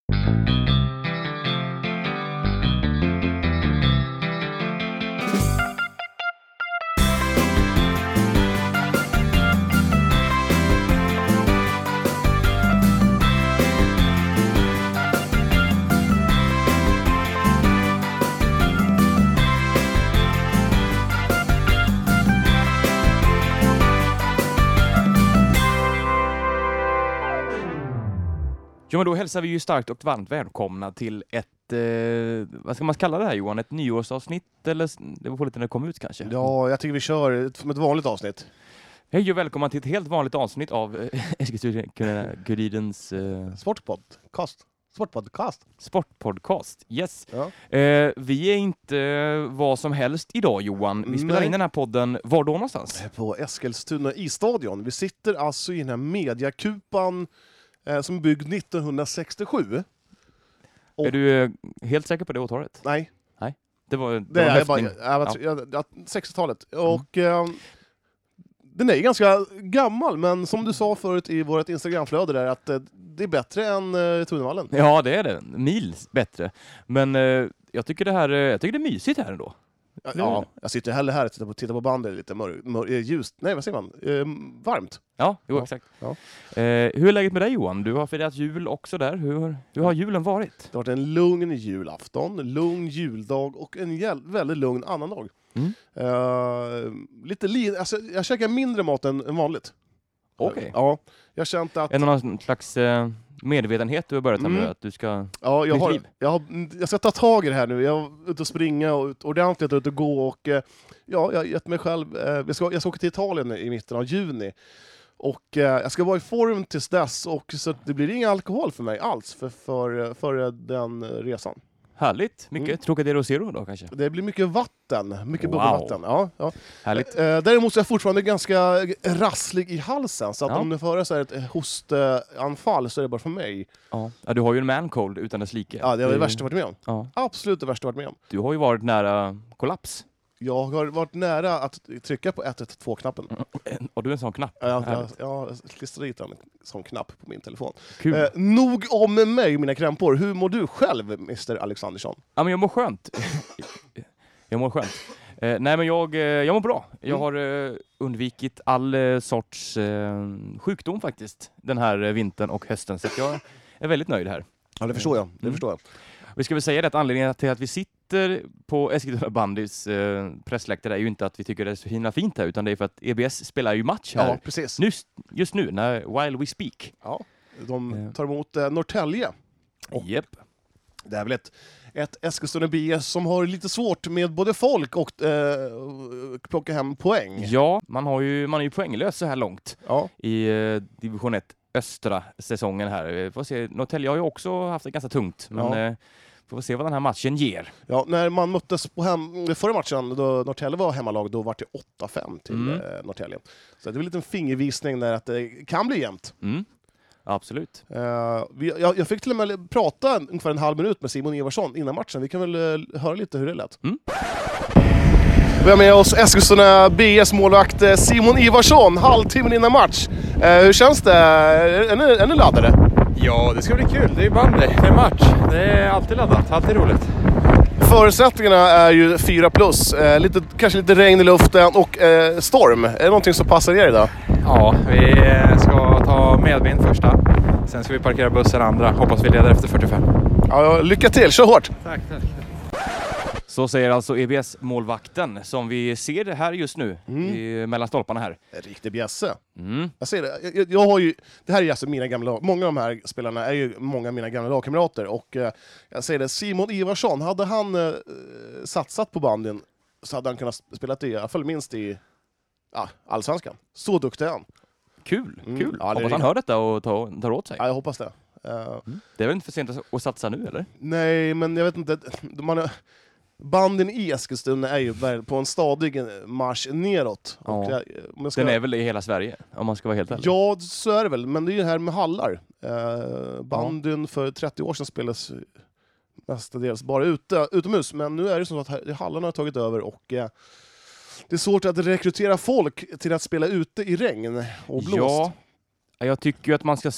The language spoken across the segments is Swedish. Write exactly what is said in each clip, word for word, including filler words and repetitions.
Ja, men då hälsar vi ju starkt och varmt välkomna till ett, eh, vad ska man kalla det här Johan? Ett nyårsavsnitt eller det var på lite när det kom ut kanske? Ja, jag tycker vi kör som ett vanligt avsnitt. Hej och välkomna till ett helt vanligt avsnitt av Eskilstuna-Kurirens eh, Sportpodcast. Sportpodcast. Sportpodcast, yes. Ja. Eh, vi är inte eh, vad som helst idag Johan. Vi spelar Nej. in den här podden, var då någonstans? På Eskilstuna i stadion. Vi sitter alltså i den här mediakupan eh, som är byggd nittonhundrasextiosju. Och Är du eh, helt säker på det åtalet? Nej. Det var, det Det var är bara, höftning. jag, jag, jag, jag, sextiotalet. Och eh, den är ganska gammal, men som du sa förut i vårt Instagramflöde där, att eh, det är bättre än eh, Tunnvallen. Ja, det är det. Mils bättre. Men eh, jag tycker det här, eh, jag tycker det är mysigt här ändå. Ja, ja, jag sitter hellre här och tittar på, tittar på bandet lite mör, mör, ljust. Nej, vad säger man? Eh, varmt. Ja, jo, Ja. exakt. Ja. Eh, hur är läget med dig Johan? Du har firat jul också där. Hur, hur har julen varit? Det har varit en lugn julafton, lugn juldag och en jäl- väldigt lugn annan dag. Mm. Uh, lite li- alltså, jag käkar mindre mat än, än vanligt. Okej. Ja, jag har känt att... Är det någon slags eh, medvetenhet du har börjat med Mm. nu? Att du ska... Ja, jag, ditt har, liv? jag, har, jag ska ta tag i det här nu. Jag är ute och springa och ut, ordentligt ut och gå. Och, eh, ja, jag har gett mig själv... Eh, jag, ska, jag ska åka till Italien i mitten av juni. Och eh, jag ska vara i form tills dess. Och, så det blir ingen alkohol för mig alls för, för, för den resan. Härligt. Mycket Mm. Trocadero Zero då kanske? Det blir mycket vatten. Mycket Wow. bubbelvatten. Ja, ja. Härligt. Eh, däremot så är jag fortfarande ganska rasslig i halsen. Så att Ja. om du får så här ett hostanfall så är det bara för mig. Ja. Ja, du har ju en man cold utan dess like. Ja, det är det värsta jag varit med om. Ja. Absolut det värsta jag varit med om. Du har ju varit nära kollaps. Jag har varit nära att trycka på ett ett två-knappen. Och du är en sån knapp. Jag, jag, Härligt. jag klistrar dit en sån knapp på min telefon. Kul. Eh, nog om mig och mina krämpor. Hur mår du själv, mister Alexandersson? Ja, men jag mår skönt. jag mår skönt. Eh, nej, men jag, eh, jag mår bra. Jag Mm. har eh, undvikit all eh, sorts eh, sjukdom faktiskt den här eh, vintern och hösten. Så att jag är väldigt nöjd här. Ja, det förstår jag. Det Mm. förstår jag. Vi ska väl säga det att anledningen till att vi sitter på Eskilstuna bandys eh, pressläktare är ju inte att vi tycker det är så himla fint här, utan det är för att E B S spelar ju match här. Ja, precis. Nu, just nu, när, while we speak. Ja, de Ja. tar emot eh, Norrtälje. Och- Japp. Det är väl ett, ett Eskilstuna B S som har lite svårt med både folk och eh, plocka hem poäng. Ja, man, har ju, man är ju poänglös så här långt Ja. i eh, division ett östra säsongen här. Vi får se. Norrtälje har ju också haft det ganska tungt, men Ja. eh, får se vad den här matchen ger. Ja, när man möttes på hem, förra matchen, då Norrtälje var hemmalag, då var det åtta fem till Mm. eh, Norrtälje. Så det är en liten fingervisning där att det kan bli jämnt. Mm. Absolut. Uh, vi, jag, jag fick till och med prata ungefär en halv minut med Simon Ivarsson innan matchen. Vi kan väl uh, höra lite hur det lät. Mm. Vi har med oss Eskilstuna B S målvakt eh, Simon Ivarsson, halvtimmen innan match. Uh, hur känns det? Är ni, är ni laddade? Ja, det ska bli kul. Det är ju bandy, det är match. Det är alltid laddat, alltid roligt. Förutsättningarna är ju fyra plus, uh, lite, kanske lite regn i luften och uh, storm. Är det någonting som passar er idag? Ja, vi ska ta medvind första. Sen ska vi parkera bussen andra. Hoppas vi leder efter fyrtiofem. Ja, ja, lycka till, kör hårt! Tack, tack. Så säger alltså E B S-målvakten som vi ser det här just nu Mm. i, mellan stolparna här. En riktig bjässe. Mm. Jag ser det. Jag, jag har ju, det här är alltså mina gamla, många av de här spelarna är ju många av mina gamla lagkamrater. Och eh, jag säger det, Simon Ivarsson, hade han eh, satsat på bandyn så hade han kunnat spela i, i alla fall minst i ja, Allsvenskan. Så duktig är han. Kul, Mm. kul. Ja, det är Hoppas han det. hör detta och tar, tar åt sig. Ja, jag hoppas det. Eh, Mm. Det är väl inte för sent att, att satsa nu, eller? nej, men jag vet inte. Man är, bandyn i Eskilstuna är ju väl på en stadig marsch neråt. Ja. Och jag, om jag ska, Den är väl i hela Sverige, om man ska vara helt ärlig. ja, så är det väl. Men det är ju här med hallar. Eh, bandyn för trettio år sedan spelades mestadels bara ute, utomhus. Men nu är det så att här, hallarna har tagit över och eh, det är svårt att rekrytera folk till att spela ute i regn och blåst. Ja, jag tycker ju att man ska sluta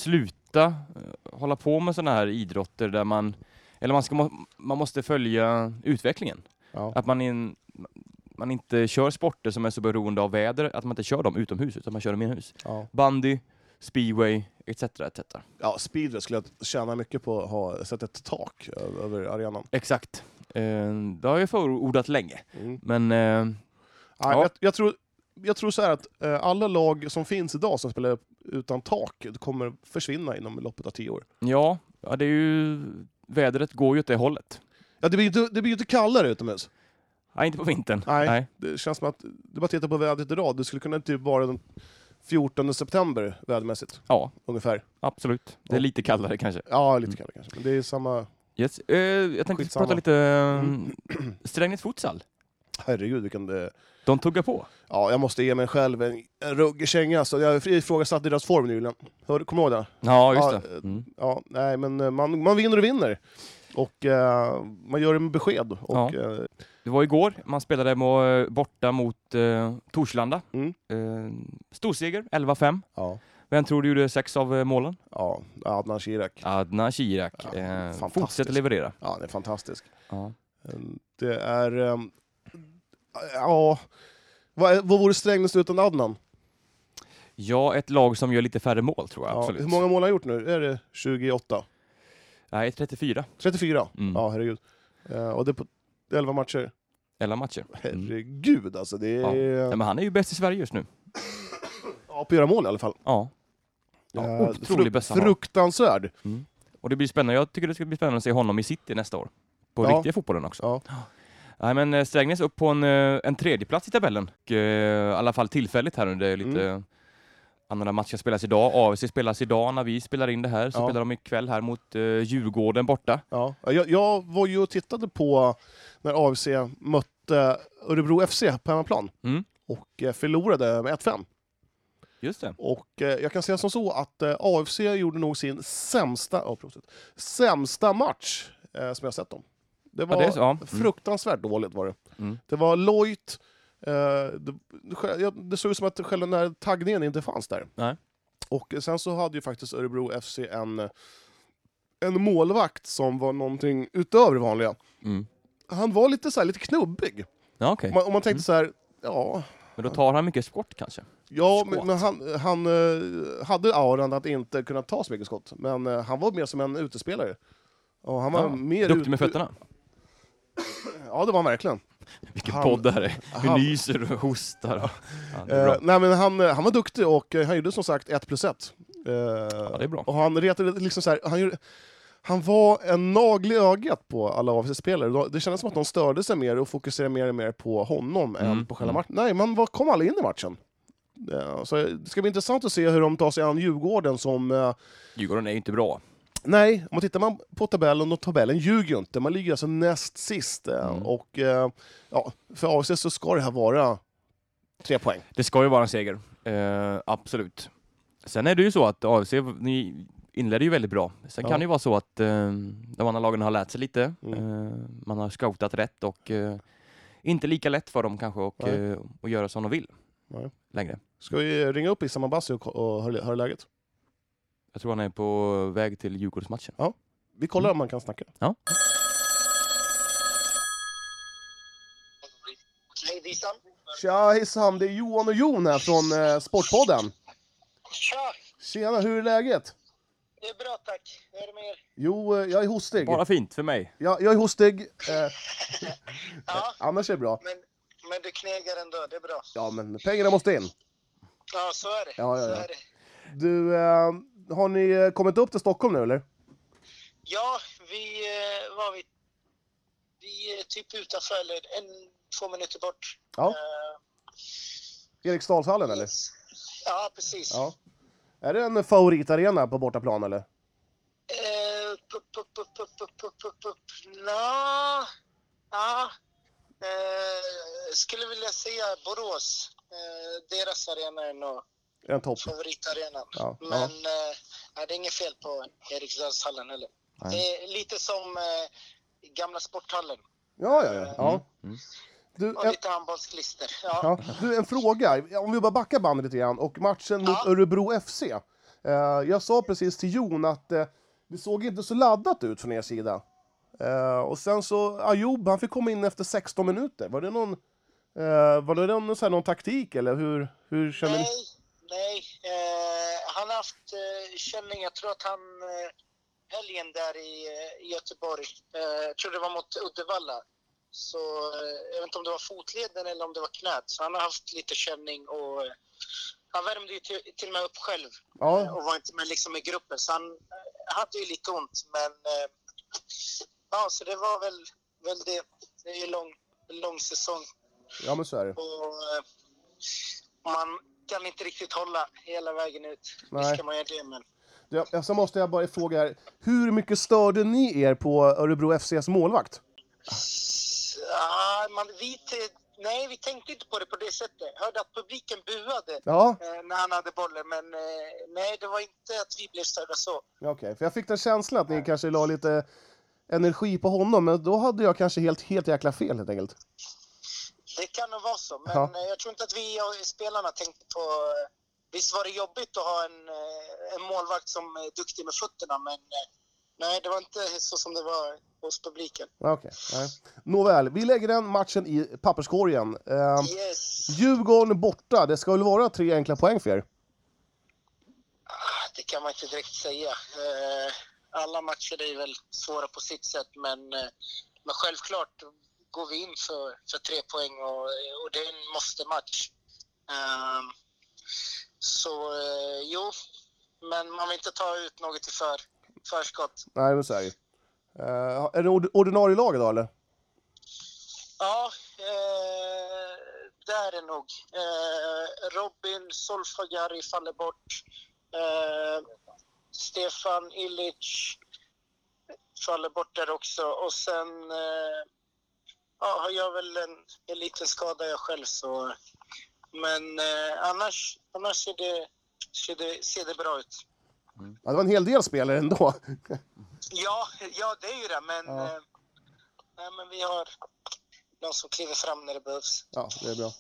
sluta eh, hålla på med sådana här idrotter där man, eller man, ska, man måste följa utvecklingen. Ja. Att man, in, man inte kör sporter som är så beroende av väder, att man inte kör dem utomhus utan man kör dem inomhus. Ja. Bandy, speedway, et cetera et cetera. Ja, speedway skulle jag tjäna mycket på att ha sett ett tak över arenan. Exakt. Eh, det har jag förordat länge. Mm. Men eh, Ja, ja. jag, jag, tror, jag tror så här att eh, alla lag som finns idag som spelar utan tak kommer försvinna inom loppet av tio år. ja, ja, det är ju, vädret går ju åt det hållet. Ja, det blir ju inte, det blir ju inte kallare utomhus. Nej, inte på vintern. Nej. Nej. Det känns som att, du bara tittar på vädret idag, det skulle kunna typ vara den fjortonde september vädermässigt, Ja, ungefär. absolut. Det är Ja. lite kallare kanske. Ja, lite kallare kanske, men det är samma... Yes. Eh, jag tänkte Skitsamma. prata lite um, Strängnäs futsal. Herregud, vilken det... De tuggar på. Ja, jag måste ge mig själv en, en ruggig känga, så jag ifrågasatte deras form nyligen. Hör, kommer du ihåg det? Ja, just Ja, det. Mm. Ja, nej, men eh, man, man vinner och vinner. Och eh, man gör det med besked. Och, Ja. eh, Det var igår. Man spelade med, borta mot eh, Torslanda. Mm. Eh, storseger, elva fem. ja, Vem tror du gjorde sex av eh, målen? ja, Adnan Shirak. Adnan Shirak. Ja, eh, fantastisk. fortsätter leverera. Ja, det är fantastisk. Ja. Eh, Det är... eh, Ja... Vad, är- vad vore Strängnäs utan Adnan? ja, ett lag som gör lite färre mål tror jag. Ja, Absolut. hur många mål har han gjort nu? Är det tjugoåtta? Nej, trettiofyra. trettiofyra? Mm. Ja, herregud. Eh, Och det är på elva matcher. elva matcher. Mm. Herregud, alltså. Det Ja. är... Nej, men han är ju bäst i Sverige just nu. Ja, på att göra mål i alla fall. Ja. Ja, Eh, otrolig fru- bästa han har. Fruktansvärd. Mm. Och det blir spännande. Jag tycker det ska bli spännande att se honom i City nästa år. På Ja. riktiga fotbollen också. Ja. Nej, men eh, Strängnäs upp på en, eh, en tredje plats i tabellen. Och, eh, i alla fall tillfälligt här nu. Det är lite Mm. andra matcher spelas idag. A F C spelas idag när vi spelar in det här. Så Ja. spelar de ikväll här mot eh, Djurgården borta. Ja. Jag, jag var ju och tittade på när A F C mötte Örebro F C på hemmaplan Mm. och eh, förlorade med ett fem. Just det. Och eh, jag kan säga som så att eh, A F C gjorde nog sin sämsta, oh, prosit, sämsta match eh, som jag sett dem. Det var Ja, det är så, ja. Mm. fruktansvärt dåligt var det. Mm. Det var lojt. Eh, det, det, ja, det såg ut som att själva den här taggningen inte fanns där. Nej. Och sen så hade ju faktiskt Örebro F C en, en målvakt som var någonting utöver det vanliga. Mm. Han var lite så här, lite knubbig. Ja, okej. Om man, om man tänkte Mm. så här, ja... Men då tar han mycket skott kanske. Ja, Skott. men, men han, han eh, hade auran att inte kunna ta så mycket skott. Men eh, han var mer som en utespelare. Och han var Ja. mer Duktig ute- med fötterna. Ja, det var han verkligen. Vilken Han- podd det här är. Vi han- nyser och hostar. Ja, det är bra. Eh, nej, men han, han var duktig och eh, han gjorde som sagt ett plus ett. Eh, Ja, det är bra. Och han retade liksom så här, han, gjorde, han var en nagel i ögat på alla A F C-spelare. Det kändes som att de störde sig mer och fokuserade mer och mer på honom Mm, än på själva mm. matchen. Nej, man var, kom aldrig in i matchen. Eh, så det ska bli intressant att se hur de tar sig an Djurgården som... Eh, Djurgården är ju inte bra. nej, om man tittar man på tabellen, och tabellen ljuger ju inte. Man ligger alltså näst sist. eh, Mm. Och eh, ja, för A F C så ska det här vara tre poäng. Det ska ju vara en seger. Eh, absolut. Sen är det ju så att A F C, ni inledde ju väldigt bra. Sen Ja. kan det ju vara så att eh, de andra lagen har lärt sig lite. Mm. Eh, man har scoutat rätt och eh, inte lika lätt för dem kanske att Nej. eh, att göra som de vill Nej. längre. Ska vi ringa upp Issam Abbasi och, och höra, höra läget? Jag tror han är på väg till Djurgårdsmatchen. Vi kollar om man kan snacka. Ja. Hej Dissan. Tja Issam, det är Johan och Jon här från eh, Sportpodden. Tja, Tjena, hur är läget? det är bra tack. Hur är det med er? Jo, eh, jag är hostig. Bara fint för mig. Jag, jag är hostig. Eh, Ja, annars är det bra. men, men du knegar ändå, det är bra. Ja, men pengarna måste in. Ja, så är det. Ja, ja, Så ja. är det. Du, eh, har ni eh, kommit upp till Stockholm nu eller? Ja, vi eh, var vi, vi är typ utanför, eller en, två minuter bort. Ja. Eh, Eriksdalshallen eller? ja, precis. Ja. Är det en favoritarena på bortaplan eller? Eh, pup, pup, pup, pup, pup, pup, pup, pup. Nå, ja. Eh, skulle vilja säga Borås. Eh, deras arena är nog Är det en topp? favoritarenan. Ja, ja. Men eh, ja, det är inget fel på Eriksdalshallen heller. Nej. Det är lite som eh, gamla sporthallen. Ja, ja, ja. ja. Mm. Du, Och en, lite handbollsklister. Ja. ja. Du, en fråga. Om vi bara backar bandet lite grann. Och matchen mot Ja. Örebro F C. Uh, jag sa precis till Jon att uh, det såg inte så laddat ut från er sida. Uh, och sen så, Ayoub, han fick komma in efter sexton minuter. Var det någon, uh, var det någon, så här, någon taktik eller hur, hur känner ni? Nej, nej. Uh, han har haft uh, känning, jag tror att han uh, helgen där i, uh, i Göteborg, uh, jag tror det var mot Uddevalla. Så uh, jag vet inte om det var fotleden eller om det var knät. Så han har haft lite känning och uh, han värmde ju till, till och med upp själv. Ja. Uh, och var inte med liksom i gruppen. Så han uh, hade ju lite ont, men uh, ja, så det var väl, väl det. Det är ju lång, lång säsong. Ja, men så är det. Och uh, man kan inte riktigt hålla hela vägen ut. Nej. Det ska man göra det, men... Ja, så måste jag bara fråga här. Hur mycket störde ni er på Örebro F C:s målvakt? Ja, man, vi, nej, vi tänkte inte på det på det sättet. Hörde att publiken buade Ja. eh, när han hade bollen. Men eh, nej, det var inte att vi blev störda så. Okej, okay, för jag fick den känslan att ni kanske la lite energi på honom. Men då hade jag kanske helt, helt jäkla fel helt enkelt. Det kan nog vara så. Men Ja. eh, jag tror inte att vi och spelarna tänkte på... Eh, visst var det jobbigt att ha en, eh, en målvakt som är duktig med fötterna. Men eh, nej, det var inte så som det var hos publiken. Okej, okay, nåväl. Vi lägger den matchen i papperskorgen. Uh, Yes. Djurgården borta. Det ska väl vara tre enkla poäng för er? Det kan man inte direkt säga. Eh, alla matcher är väl svåra på sitt sätt, men, eh, men självklart går vi in för, för tre poäng och, och det är en måste-match. Eh, så eh, jo, men man vill inte ta ut något i för, förskott. Nej, men så är det. Uh, är det ord- ordinarie laget då, eller? Ja, eh, det är det nog. Eh, Robin Solfagari faller bort. Eh, Stefan Illich faller bort där också. Och sen eh, ja, har jag väl en, en liten skada jag själv. Så. Men eh, annars, annars ser, det, ser, det, ser det bra ut. Ja, det var en hel del spelare ändå. Ja, ja det är ju det. Men, Ja. eh, nej, men vi har någon som kliver fram när det behövs. Ja, det är bra.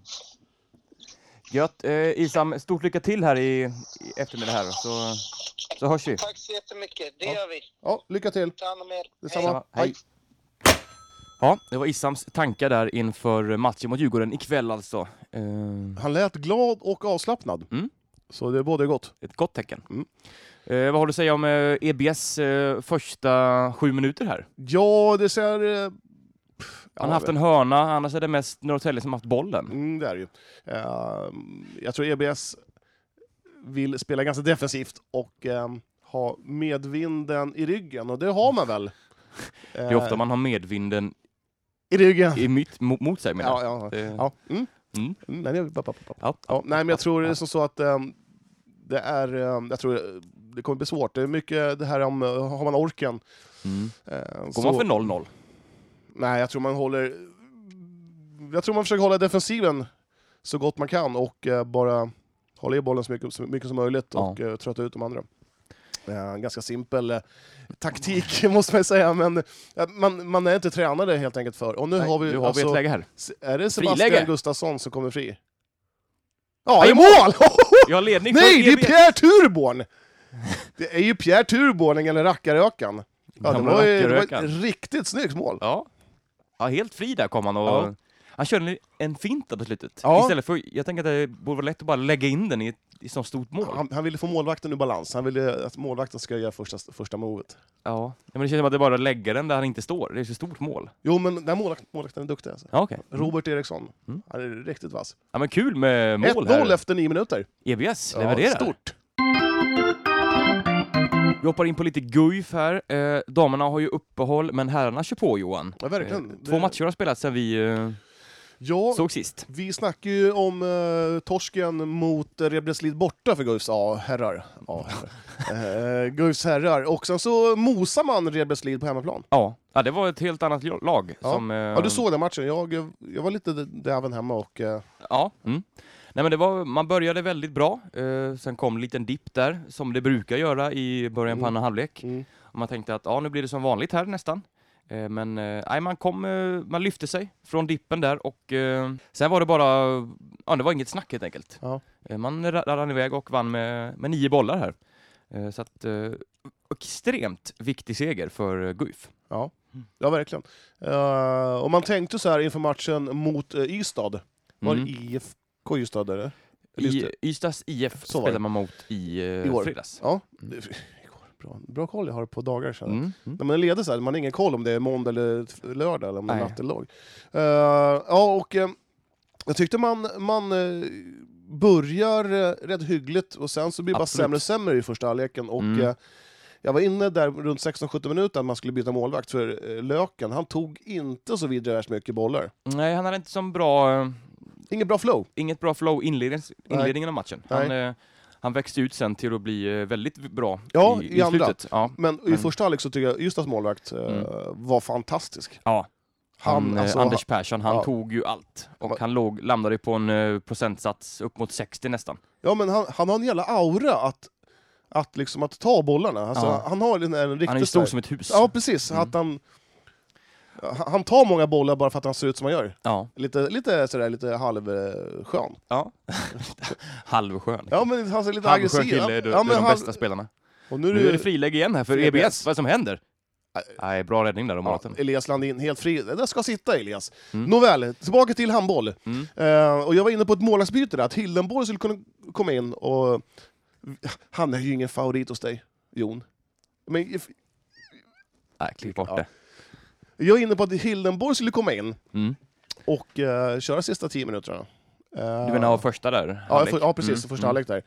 Gött. Eh, Isam, stort lycka till här i, i eftermiddag här, så, så hörs vi. Tack så jättemycket. Det Ja. gör vi. Ja, lycka till. Ta hand om er. Detsamma. Hej. Hej. Ja, det var Isams tankar där inför matchen mot Djurgården ikväll alltså. Eh, Han lät glad och avslappnad. Mm. Så det är både gott. ett gott tecken. Mm. Eh, vad har du att säga om eh, E B S eh, första sju minuter här? Ja, det ser... eh, Han har ja, haft en hörna, annars är det mest Norrtälje som haft bollen. Mm, det är det ju. Uh, jag tror E B S vill spela ganska defensivt och um, ha medvinden i ryggen. Och det har man väl. Det är ofta man har medvinden I ryggen. i mitt, mot, mot sig. Menar. Ja, ja. Det, ja. Mm. Mm. Mm, nej, det, är- Ja. ja, nej, men jag tror det är som så att um, det är... Um, jag tror det kommer bli svårt. Det är mycket det här om uh, har man orken. Mm. Uh, Går man för noll noll? Nej, jag tror man håller... Jag tror man försöker hålla defensiven så gott man kan och uh, bara hålla i bollen så mycket, så mycket som möjligt Ja. och uh, trötta ut de andra. Uh, ganska simpel uh, taktik måste man säga, men uh, man, man är inte tränade helt enkelt för. Och nu Nej, har vi, nu har alltså, vi ett läge här. är det Sebastian Friläge. Gustafsson som kommer fri? Ja, Ja, i i mål! Jag har ledning för Nej, det E är B S. Pierre Turborn! Det är ju Pierre Turborn, eller rackarökan. Ja, det Gamla var ju det var rackarökan. ett riktigt snyggt mål. Ja. Ja, helt fri där kom han och Ja. han körde en- en fint på slutet. Ja. Istället för, jag tänker att det borde vara lätt att bara lägga in den i ett i så stort mål. Han, han ville få målvakten ur balans. Han ville att målvakten ska göra första, första movet. Ja, men det känns som att det bara är att lägga den där han inte står. Det är så ett stort mål. Jo, men den här målvakten, målvakten är duktig. Alltså. Ja, okej. Robert Eriksson. Mm. Han är riktigt vass. Ja, men kul med mål ett noll här. efter nio minuter. E B S Ja, levererar. stort. Vi hoppar in på lite guif här. Eh, damerna har ju uppehåll, men herrarna kör på, Johan. Ja, verkligen. Eh, två Det- matcher har spelats sedan vi eh, Ja, såg sist. vi snackar ju om uh, torsken mot uh, Rebbeslid borta för Guifs ja, herrar. Ja, herrar. uh, Guifs herrar. Och sen så mosar man Rebbeslid på hemmaplan. Ja. ja, det var ett helt annat lag. Ja. Som, eh, Ja, du såg den matchen. Jag, jag var lite däven hemma och... Uh, Ja. Mm. Nej, men det var, man började väldigt bra. Eh, sen kom en liten dipp där, som det brukar göra i början på Mm. andra halvlek. mm. Och man tänkte att ja, nu blir det som vanligt här nästan. Eh, men eh, man kom, eh, man lyfte sig från dippen där och eh, sen var det bara, ja det var inget snack helt enkelt. Ja. Eh, man rann iväg och vann med, med nio bollar här. Eh, så att eh, extremt viktig seger för Guif. Ja, ja verkligen. Uh, och man tänkte så här inför matchen mot uh, Ystad. Var Mm. det I F K Ystad eller? Eller just I det. Ystads I F Så var det. spelade man mot i I eh, år. fredags. Ja, det, igår. Bra, bra koll jag har på dagar sedan. Mm. Mm. När man leder så här, man har ingen koll om det är måndag eller lördag eller om det är Nej. natt eller dag. Uh, ja, och uh, jag tyckte man, man uh, börjar uh, rätt hyggligt och sen så blir det bara Absolut. sämre och sämre i första halvleken. Och Mm. uh, jag var inne där runt sexton sjutton minuter att man skulle byta målvakt för uh, Löken. Han tog inte så vidare mycket bollar. Nej, han hade inte som bra, eh, Inget bra flow. inget bra flow inledningen, Nej. inledningen av matchen. Han, eh, han växte ut sen till att bli eh, väldigt bra Ja, i, i i andra. slutet. Ja, Men, i Men- första halvlek så tycker jag Ystads målvakt uh, Mm. var fantastisk. ja. Han, Han, eh, alltså, Anders Persson, han ja. tog ju allt. Och Va- han låg, landade på en eh, procentsats upp mot sextio nästan. Ja, men han, han har en jävla aura att, att, liksom, att ta bollarna. Alltså, Ja. Han har en, en riktig... Han är ju stor som ett hus. Ja, precis. Mm. Att han, han han tar många bollar bara för att han ser ut som han gör. Ja. Lite, lite, sådär, lite halvskön. ja. Halvskön. Ja, men han ser lite Halvskön aggressiv. kille, du, ja, du är men de han, bästa spelarna. och nu är Nu är det det friläge igen här för för E B S. E B S. Vad är det som händer? Nej. Nej, bra räddning där av ja, målvakten. Elias Landin, helt fri. Det ska sitta Elias. Mm. Nåväl, tillbaka till handboll. Mm. Eh, och jag var inne på ett målvaktsbyte där, att Hildenborg skulle kunna komma in och... Han är ju ingen favorit hos dig, Jon. Men if- Nej, klipp bort Ja. det. jag är inne på att Hildenborg skulle komma in Mm. och eh, köra sista tio minuterna. Eh, Du menar av första där? ja, halvlek? för, ja, precis. Mm, Första mm. halvlek där.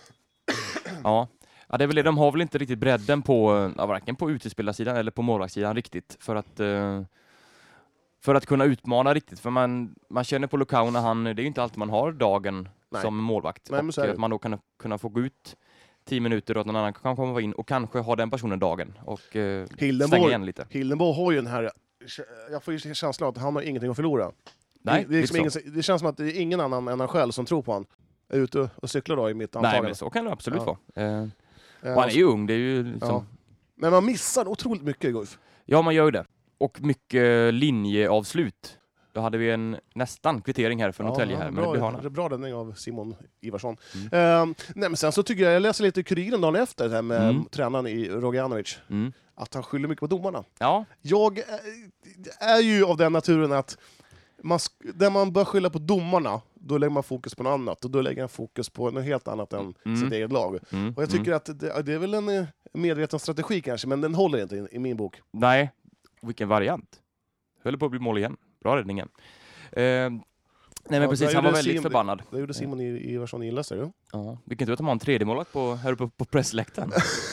Ja. Ja, det är väl det. De har väl inte riktigt bredden på, ja, varken på utespelarsidan eller på målvaktssidan riktigt för att eh, för att kunna utmana riktigt. För man, man känner på Lukau när han, det är ju inte alltid man har dagen Nej. som målvakt. Nej, men så är och det. att man då kan kunna få gå ut tio minuter och att någon annan kan komma in och kanske ha den personen dagen och eh, stänga Hildenborg, igen lite. Hildenborg har ju den här... Jag får ju känslan av att han har ingenting att förlora. Nej, det, det, är liksom lite så. ingen, det känns som att det är ingen annan än han själv som tror på han. Är ute och cyklar då i mitt antagande. Nej, men så kan det absolut Ja. vara. Eh, Eh, och han är ju ung, det är ju liksom... ja. Men man missar otroligt mycket i Guif. Ja, man gör ju det. Och mycket linjeavslut. Då hade vi en nästan kvittering här för Norrtälje här, men det bra, blir hörna. bra räddning av Simon Ivarsson. Mm. Eh, nej, men sen så tycker jag, jag läser lite i Kuriren dagen efter det här med Mm. tränaren i Roganovic, Mm. att han skyller mycket på domarna. Ja, Jag är, är ju av den naturen att man, sk- där man bör skylla på domarna, då lägger man fokus på något annat. Och då lägger man fokus på något helt annat än Mm. sitt eget lag. mm. Och jag tycker mm. att det, det är väl en eh, medveten strategi kanske, men den håller inte i, i min bok. Nej, vilken variant. Höll på att bli mål igen. Bra räddningen. Eh, nej men Ja, precis, där han var gjorde väldigt Sim- förbannad. Det gjorde Simon I- Ivarsson illa, ser du? Ja. Vilken tur att de har en tredje målvakt på, här uppe på pressläktaren.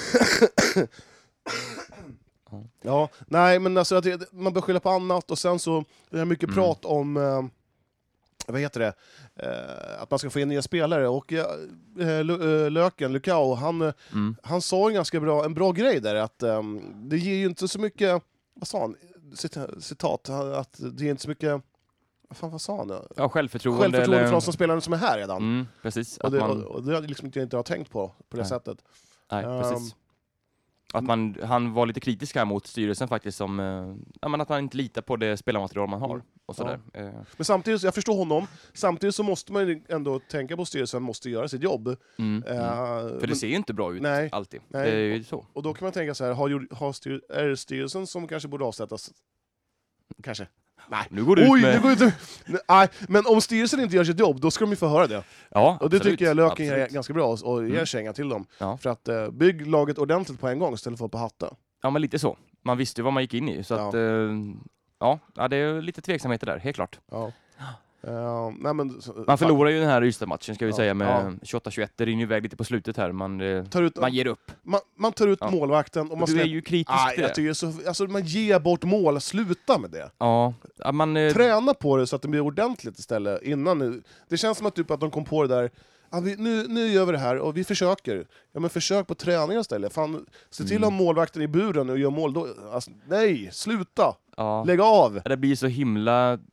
Ja, nej men alltså att det, man bör skylla på annat och sen så det är mycket Mm. prat om eh, vad heter det? Eh, att man ska få in nya spelare och eh, L- eh, Löken, Lukau, han, eh, Mm. han sa en ganska bra, en bra grej där att eh, det ger ju inte så mycket, vad sa han? Cita- Citat, att det ger inte så mycket, vad fan vad sa han? Ja, självförtroende. Självförtroende eller... från de spelare som är här redan. Mm, precis. Och, Att det, man... och, och det hade liksom inte jag inte har tänkt på på det Nej. sättet. Nej, Um, precis. Att man, han var lite kritisk här mot styrelsen faktiskt, som, eh, ja, men att man inte litar på det spelarmaterial man har. Mm. Och sådär. Eh, Men samtidigt, jag förstår honom, samtidigt så måste man ju ändå tänka på att styrelsen måste göra sitt jobb. mm, Eh, mm. För det men- ser ju inte bra ut Nej, alltid. nej. Det är ju så. Och då kan man tänka så här, har, gjort- har styr, är det styrelsen som kanske borde avsättas? Kanske. Nej. Nu går det ut Oj, med... det går inte. Nej, men om styrelsen inte gör sitt jobb, då ska de ju få höra det. Ja, Och det absolut. tycker jag Löken är Absolut. ganska bra, och ger Mm. känga till dem. Ja. För att eh, bygg laget ordentligt på en gång istället för på hatta. Ja, men lite så. Man visste ju vad man gick in i. Så Ja. att, eh, ja, ja, det är lite tveksamheter där, helt klart. Ja. Uh, nej, men, så- Man förlorar ju den här Ystad-matchen, ska vi Ja. säga, med Ja. tjugoåtta tjugoett. Det rinner ju iväg lite på slutet här. Man, eh, tar ut, man ger upp. man, man tar ut Ja. målvakten och man Och du är släpper... ju kritisk Nej, till jag det. tycker så, alltså, man ger bort mål, sluta med det. Ja, ja, man... eh, Träna på det så att det blir ordentligt istället innan nu. Det känns som att, typ, att de kom på det där, ah, vi, nu, nu gör vi det här och vi försöker. Ja, men försök på träningen istället. Fan, se till att ha Mm. målvakten i buren och göra mål. Då, alltså, nej, sluta! ja. Lägg av! Det blir så himla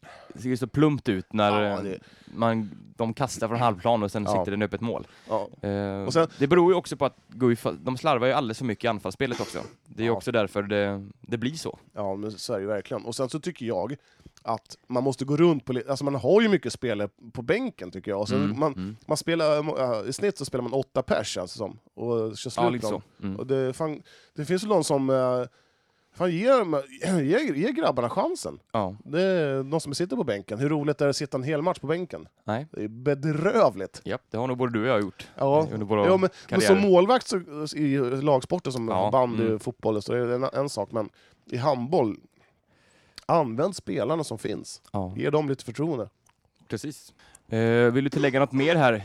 det ser så plumpt ut när Ja, det- man, de kastar från halvplan och sen Ja. sitter den öppet mål. Ja. Eh, Och sen- det beror ju också på att Guif, de slarvar ju alldeles för mycket i anfallsspelet också. Det är ju Ja. också därför det, det blir så. Ja, men så är det ju verkligen. Och sen så tycker jag att man måste gå runt på... li- Alltså man har ju mycket spelare på bänken tycker jag. Och sen Mm, man, mm. man spelar, äh, i snitt så spelar man åtta pers alltså, som, och kör slut Ja, lite på så. dem. Mm. Och det, fan, det finns ju någon som äh, fan, ger, ger, ger grabbarna chansen. Ja, Det är de som sitter på bänken. Hur roligt är det att sitta en hel match på bänken? nej. Det är bedrövligt. Japp, det har nog både du och jag gjort. Ja, Under våra ja men, men karriärer. som målvakt så, i lagsporter som Ja, bandy, mm. fotboll, så är det en, en sak. Men i handboll, använd spelarna som finns. Ja, Ge dem lite förtroende. precis. Eh, vill du tillägga något mer här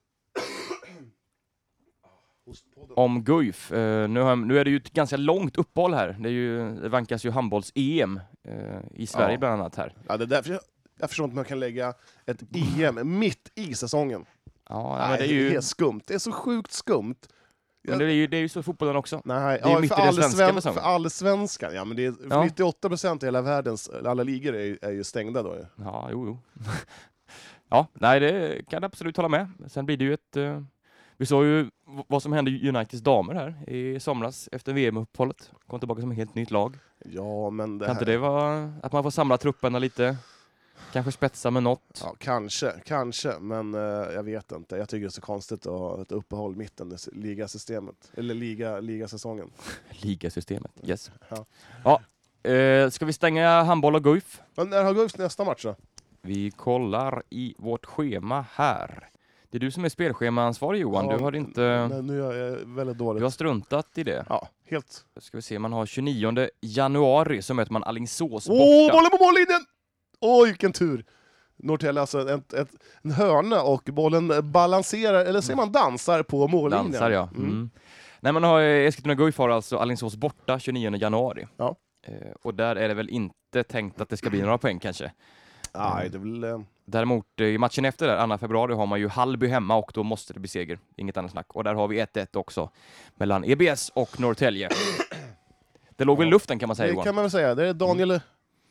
om Guif? Eh, nu, har, nu är det ju ett ganska långt uppehåll här. Det, är ju, det vankas ju handbolls-E M eh, i Sverige Ja. bland annat här. Ja, det är därför jag, jag förstår inte att man kan lägga ett E M mitt i säsongen. Ja, Nej, men det är ju, helt skumt. Det är så sjukt skumt. men det är ju, det är ju så i fotbollen också. Nej, Det är ja, mitt för i den allsven- svenska säsongen. För allsvenskan, ja men det är, Ja. nittioåtta procent i hela världens alla ligor är, är ju stängda då. ju. Ja, jo, jo. Ja, nej, det kan jag absolut hålla med. Sen blir det ju ett... Eh, vi såg ju v- vad som hände i Uniteds damer här i somras efter V M-uppehållet. Kom tillbaka som ett helt nytt lag. Ja, men det Kan här... inte det vara att man får samla trupperna lite? Kanske spetsa med något? Ja, kanske, kanske, men eh, jag vet inte. Jag tycker det är så konstigt att ha ett uppehåll mitt under s- ligasystemet. Eller liga, ligasäsongen. Ligasystemet, yes. Ja. Ja, eh, ska vi stänga handboll och Guif? Men när har Guifs nästa match då? Vi kollar i vårt schema här. Det är du som är spelschemaansvarig Johan. Ja, Du har inte... Nej, nu är jag väldigt dåligt. Du har struntat i det. Ja, helt... Ska vi se, man har tjugonionde januari så möter man Alingsås Åh, borta. bollen på mållinjen! Oj, vilken tur! Norrtälje, alltså ett, ett, en hörna och bollen balanserar, eller ser man dansar på mållinjen. Dansar, ja. Mm. Mm. Nej, man har eh, Eskilstuna Guif har alltså Alingsås borta tjugonionde januari. Ja. Eh, och där är det väl inte tänkt att det ska bli några poäng kanske. Nej, det är väl... eh, Däremot eh, i matchen efter där, andra februari, har man ju Hallby hemma och då måste det bli seger. Inget annat snack. Och där har vi ett ett också mellan E B S och Norrtälje. Det låg väl i luften kan man säga Det Johan. kan man väl säga. Det är Daniel... Mm.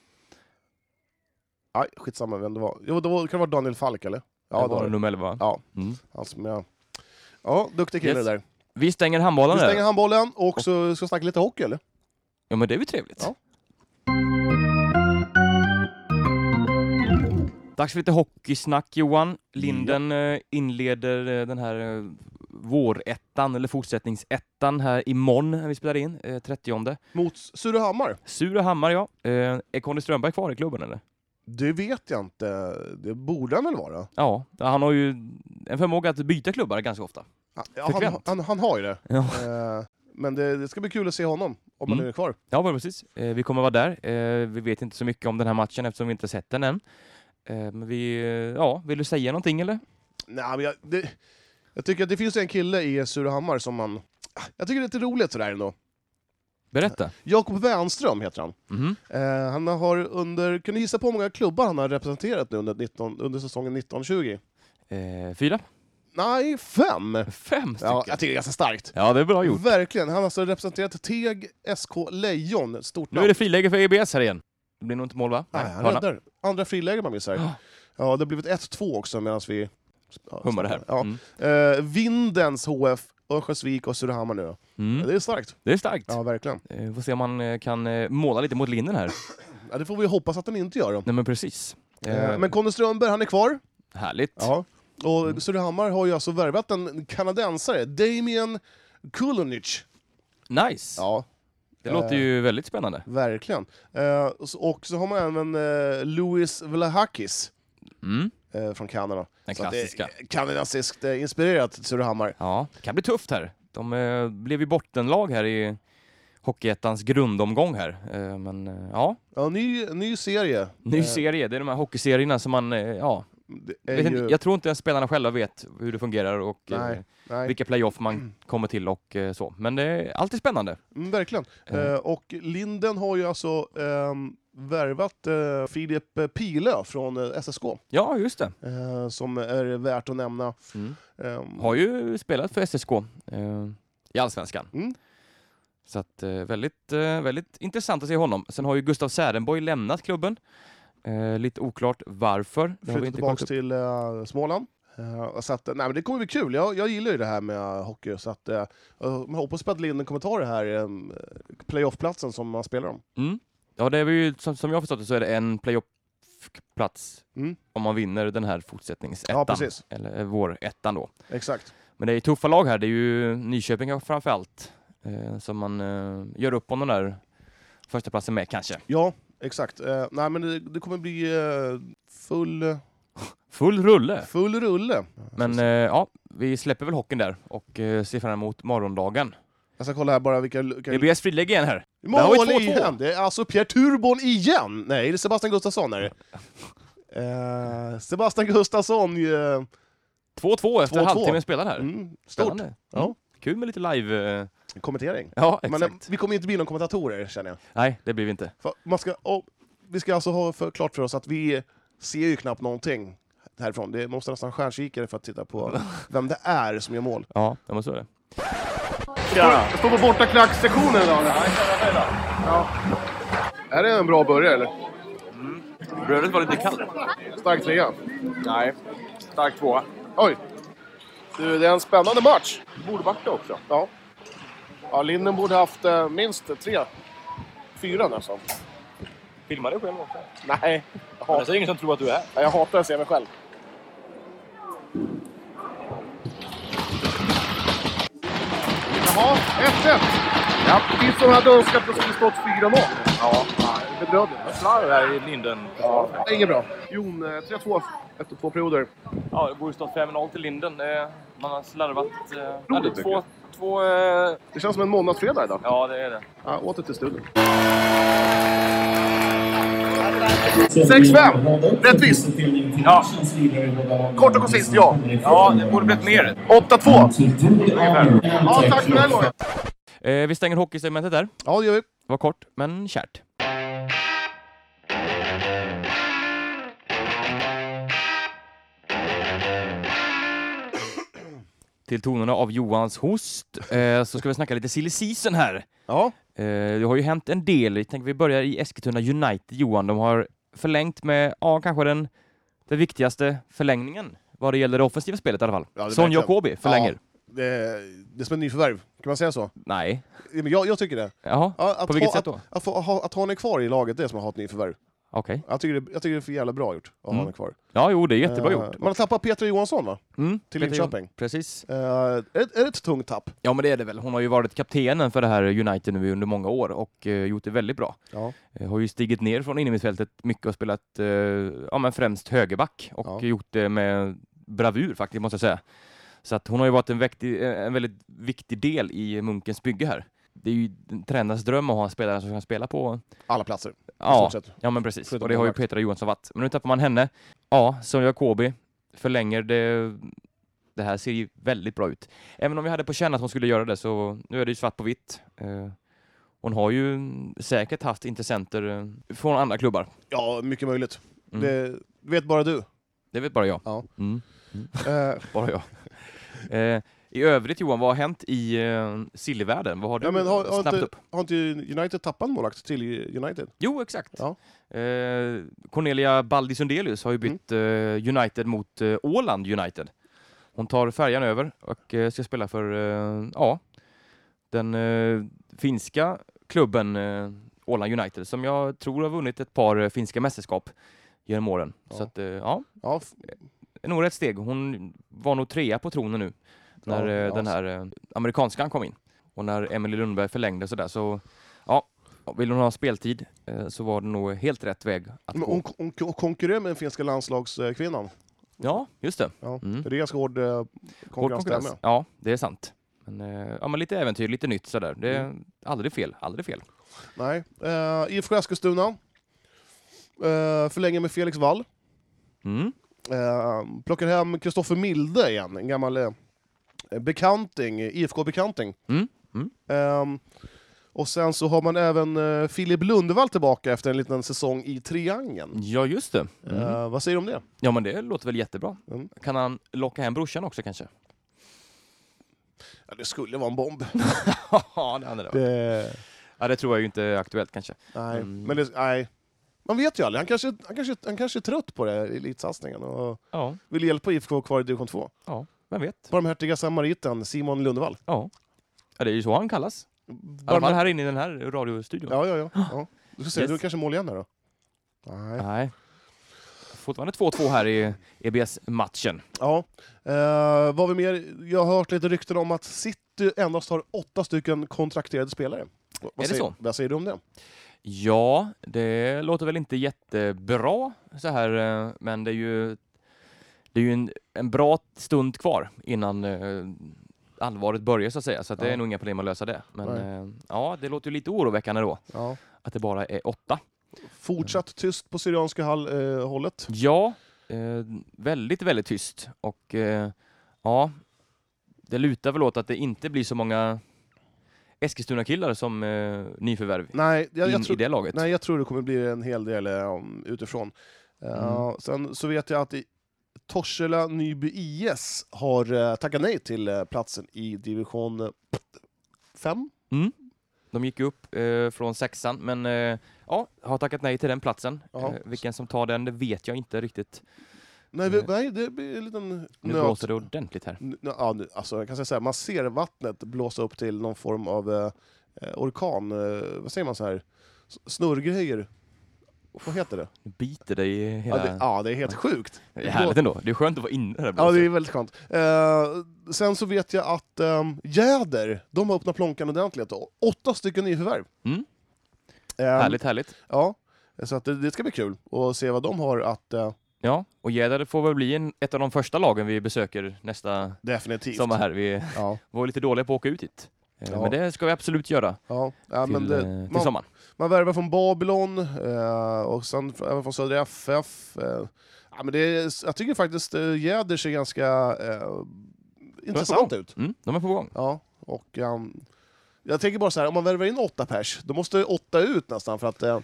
Nej, skitsamma vem det var. Jo, det var, kan det vara Daniel Falk, eller? Ja, det var det. nummer elva. Ja, Mm. han som jag... Ja, duktig kille Yes. där. Vi stänger handbollen Vi stänger där. handbollen och så ska vi snacka lite hockey, eller? Ja, men det är väl trevligt. Ja. Dags för lite hockeysnack Johan. Linden eh, inleder eh, den här eh, vårettan eller fortsättningsettan här imorgon när vi spelar in, eh, trettionde. Mot Surahammar? Surahammar, ja. Eh, är Conny Strömberg kvar i klubben eller? Det vet jag inte. Det borde han väl vara? Ja, han har ju en förmåga att byta klubbar ganska ofta. Ja, han, Frekvent. han, han har ju det. Ja, Eh, men det, det ska bli kul att se honom, om han Mm. är kvar. ja men precis. Eh, vi kommer vara där. Eh, vi vet inte så mycket om den här matchen eftersom vi inte sett den än. Eh, men vi, eh, ja, vill du säga någonting eller? Nej, men jag, det, jag tycker att det finns en kille i Surahammar som man... Jag tycker det är lite roligt sådär ändå. Berätta. Jakob Wernström heter han. Mhm. Eh, han har under... Kan du gissa på hur många klubbar han har representerat nu under, nitton, under säsongen nitton tjugo? Eh, fyra? Nej, fem! Fem stycken. Ja, jag tycker det är ganska starkt. Ja, det är bra gjort. Verkligen. Han har alltså representerat Teg S K Lejon, ett stort Nu är det friläge för E B S här igen. Det blir nog inte mål va? Nej, han hörna. räddar. Andra friläge man missar. Ja. Ja, det har blivit ett två också medan vi... Ja, Hummar det här. Ja. Mm. Eh, Vindens H F, Örnsköldsvik och Surahammar nu. Ja, Mm. det är starkt. Det är starkt. Ja, verkligen. Eh, får se om man eh, kan eh, måla lite mot linden här. Ja, det får vi hoppas att den inte gör. Då. Nej men precis. Eh, Eh, men Conny Strömberg, han är kvar. Härligt. Ja. Och Mm. Surahammar har ju alltså värvat en kanadensare, Damien Kulonic. Nice. Ja, Det låter ju väldigt spännande. verkligen. Eh, och så- och så har man även eh, Louis Vlahakis Mm. eh, från Kanada. Den Så att det är klassiska. kanadensiskt eh, inspirerat Surahammar. Ja, det kan bli tufft här. De eh, blev ju bottenlag här i Hockeyettans grundomgång här. Eh, men eh, ja, Ja, ny, ny serie. ny Eh, serie. Det är de här hockeyserierna som man, eh, ja, det är vet ju... inte, jag tror inte ens spelarna själva vet hur det fungerar och Nej, eh, nej. vilka playoff man kommer till och eh, så. Men det är alltid spännande. Mm, verkligen. Eh. Eh, och Linden har ju alltså ehm, värvat eh, Filip Pilö från eh, S S K, Ja, just det. eh, som är värt att nämna. Mm. Ehm, Har ju spelat för S S K eh, i Allsvenskan. Mm. Så att, eh, väldigt, eh, väldigt intressant att se honom. Sen har ju Gustav Särenborg lämnat klubben. Eh, lite oklart varför. Det har vi Flyttar inte tillbaka kollat upp. till uh, Småland. Uh, så att, nej, men det kommer bli kul. Jag, jag gillar ju det här med hockey. Så att, uh, jag hoppas på att Linden kommer ta det här um, playoff-platsen som man spelar om. Mm. Ja, det är ju, som, som jag har förstått det så är det en playoff-plats Mm. om man vinner den här fortsättningsettan. Ja, precis. Eller vår ettan då. Exakt. Men det är tuffa lag här. Det är ju Nyköping framförallt eh, som man eh, gör upp om den där första platsen med kanske. Ja, exakt. Uh, nej, men det, det kommer bli uh, full, Full rulle. full rulle. Men eh, ja, vi släpper väl hockeyn där och eh, ser fram emot morgondagen. Jag ska kolla här bara vilka... vilka... Det blir ett frilägg igen här. Där har vi Mål två två. igen! Det är alltså Pierre Turbon igen! Nej, det är Sebastian Gustafsson. Är det. Uh, Sebastian Gustafsson... Uh, två två efter två två. halvtimmen spelad här. mm, stort. Spännande. Mm. Ja. Kul med lite live... Eh... Kommentering. Ja, Men exakt. uh, vi kommer inte bli någon kommentatorer, känner jag. Nej, det blir vi inte. För man ska, oh, vi ska alltså ha för, klart för oss att vi ser ju knappt någonting härifrån. Det måste nästan stjärnkikare för att titta på vem det är som gör mål. Ja, jag måste det. Ja. Jag står på borta klacksektionen idag. Ja. Är det en bra början eller? Brödet var lite kallt. Stark trea. Nej, stark tvåa. Oj. Du, det är en spännande match. Borde varit det också. Ja. Ja, Linden borde haft eh, minst tre, fyra nästan. Filmar du själv också? Nej, jag, hat, Det är ingen som tror att du är. jag hatar att se mig själv. Jaha, ett ett. Ja, vi som hade önskat att det skulle stått fyra noll. Ja. Det bedrövligt. Slarv här i Linden. Ja, det är inget bra. Jon, eh, tre två efter två perioder. Ja, det borde stått fem noll till Linden. Eh, Man har slarvat. Eh, Roligt, hade tycker två, jag. två, eh, Det känns som en månadsfredag idag. ja, det är det. Ja, åter till studion. sex fem. Rättvis. Ja, Kort och koncist, ja. ja det borde blivit mer. åtta två. Ja, tack för den här gången. Eh, vi stänger hockeysegmentet där. Ja, det gör vi. Det var kort, men kärt. Till tonerna av Johans host eh, så ska vi snacka lite silly season här. Ja. Eh, det har ju hänt en del. Jag tänker vi börjar i Eskilstuna United, Johan. De har förlängt med, ja, kanske den, den viktigaste förlängningen vad det gäller det offensiva spelet i alla fall. Ja, det är Sonja verkligen. Kobi förlänger. Ja, det, det är som en nyförvärv. Kan man säga så? Nej. Men Jag, jag tycker det. Jaha, Ja, att på vilket ha, sätt då? Att, att, få, ha, att ha henne kvar i laget, det är som att ha ett nyförvärv. Okej. Jag tycker det, jag tycker det är för jävla bra gjort att ha Mm. henne kvar. Ja, jo, det är jättebra Eh, gjort. Man har tappat Petra Johansson, va? Mm, till Peter Linköping. Johansson. Precis. Uh, är, det, är det ett tungt tapp? Ja, men det är det väl. Hon har ju varit kaptenen för det här United nu under många år och eh, gjort det väldigt bra. Ja. Eh, har ju stigit ner från innermittfältet mycket och spelat eh, ja, men främst högerback och Ja. gjort det med bravur faktiskt, måste jag säga. Så att hon har ju varit en, viktig, en väldigt viktig del i Munkens bygge här. Det är ju tränarens dröm att ha en spelare som kan spela på... Alla platser. Ja, stort sett. ja men precis. Förutom Och det har ju målvakt. Petra Johansson varit. Men nu tappar man henne. Ja, Sonja Kobi förlänger det. Det här ser ju väldigt bra ut. Även om vi hade på känn att hon skulle göra det, så nu är det ju svart på vitt. Eh, hhon har ju säkert haft intressenter eh, från andra klubbar. Ja, mycket möjligt. Mm. Det vet bara du. Det vet bara jag. Ja. Mm. Eh, Bara jag. Eh, I övrigt, Johan, vad har hänt i eh, sillvärlden? Vad har du ja, men har, har, snabbt inte, upp? har inte United tappat en målvakt till United? Jo, exakt. Ja. Eh, Cornelia Baldi Sundelius har ju bytt Mm. eh, United mot eh, Åland United. Hon tar färjan över och eh, ska spela för eh, ja, den eh, finska klubben eh, Åland United, som jag tror har vunnit ett par eh, finska mästerskap genom åren. Ja. Så att, eh, ja, Ja, f- det är nog rätt steg. Hon var nog trea på tronen nu när Ja, eh, ja, den här eh, amerikanskan kom in. Och när Emily Lundberg förlängde så där, så ja, vill hon ha speltid eh, så var det nog helt rätt väg att men gå. hon, hon, hon konkurrerar med den finska landslagskvinnan. Ja, just det. Ja. Mm. Det är ganska hård eh, Hård konkurrens där konkurrens. med. Ja, det är sant. Men, eh, ja, men lite äventyr, lite nytt sådär. Det är Mm. aldrig fel, aldrig fel. Nej. Uh, I F K Eskilstuna. Uh, förlänger med Felix Wall. Mm. Uh, plockar hem Kristoffer Milde igen, en gammal uh, bekanting, I F K-bekanting. Mm. Mm. Um, och sen så har man även uh, Filip Lundevall tillbaka efter en liten säsong i Triangeln. Ja, just det. Mm. Uh, vad säger du om det? Ja, men det låter väl jättebra. Mm. Kan han locka hem brorsan också kanske? Ja, det skulle vara en bomb. Ja, det hade det. Det, Ja, det tror jag ju inte är aktuellt kanske. nej, Mm. men det, nej. Man vet ju aldrig. Han kanske, han kanske, han kanske är trött på det här i elitsatsningen och Ja, vill hjälpa I F K kvar i division två. ja, vem vet? Barmhärtiga samariten Simon Lundevall. Ja. Ja, det är ju så han kallas. I alla fall här inne i den här radiostudion. Ja, ja, ja. ja. Du ska se, Yes. du kanske mål igen här då? Nej. Nej. Fortfarande två två här i E B S-matchen. Ja. Uh, vad vi mer? Jag har hört lite rykten om att City endast har åtta stycken kontrakterade spelare. Vad Är det säger, så? Vad säger du om det? Ja, det låter väl inte jättebra så här, eh, men det är ju, det är ju en, en bra stund kvar innan eh, allvaret börjar så att säga, så att det Ja. är nog inga problem att lösa det. Men Nej. eh, ja, det låter ju lite oroväckande då, Ja. att det bara är åtta. Fortsatt tyst på Syrianska hall, eh, hållet. Ja, eh, väldigt, väldigt tyst. Och eh, ja, det lutar väl åt att det inte blir så många Eskilstuna-killar som eh, nyförvärv Nej, jag, in jag, i tror, det laget. nej, jag tror det kommer bli en hel del eh, utifrån. Uh, Mm. Sen så vet jag att i Torshälla Nyby I S har uh, tackat nej till uh, platsen i division fem. Mm. De gick upp eh, från sexan, men eh, ja, har tackat nej till den platsen. Ja. Eh, vilken som tar den, det vet jag inte riktigt. Nej, vi, Nej. nej, det blir en liten Nu nöt. blåser det ordentligt här. N- Ja, nu, alltså, jag kan säga så här, man ser vattnet blåsa upp till någon form av eh, orkan. Eh, vad säger man så här? S- Snurrgrejer. Vad heter det? Nu biter det i hela... Ja, det, ja, det är helt sjukt. det är härligt ändå. Det är skönt att vara inne där. Ja, det är väldigt skönt. Eh, sen så vet jag att um, Jäder, de har öppnat plånkan ordentligt. Och åtta stycken nyförvärv. Mm. Um, Härligt, härligt. Ja, så att det, det ska bli kul att se vad de har att... Uh, Ja, och Jäder får väl bli en, ett av de första lagen vi besöker nästa definitivt. sommar här. Vi Ja, var lite dåliga på att åka ut hit. Eh, Ja. Men det ska vi absolut göra ja. ja till, men det, eh, till man, sommaren. man värvar från Babylon eh, och sen f- även från Södra F F. Eh, ja, men det är, jag tycker faktiskt eh, Jäder ser ganska eh, intressant ut. Mm, de är på gång. Ja, och um, jag tänker bara så här, om man värvar in åtta pers, då måste åtta ut nästan för att... Eh,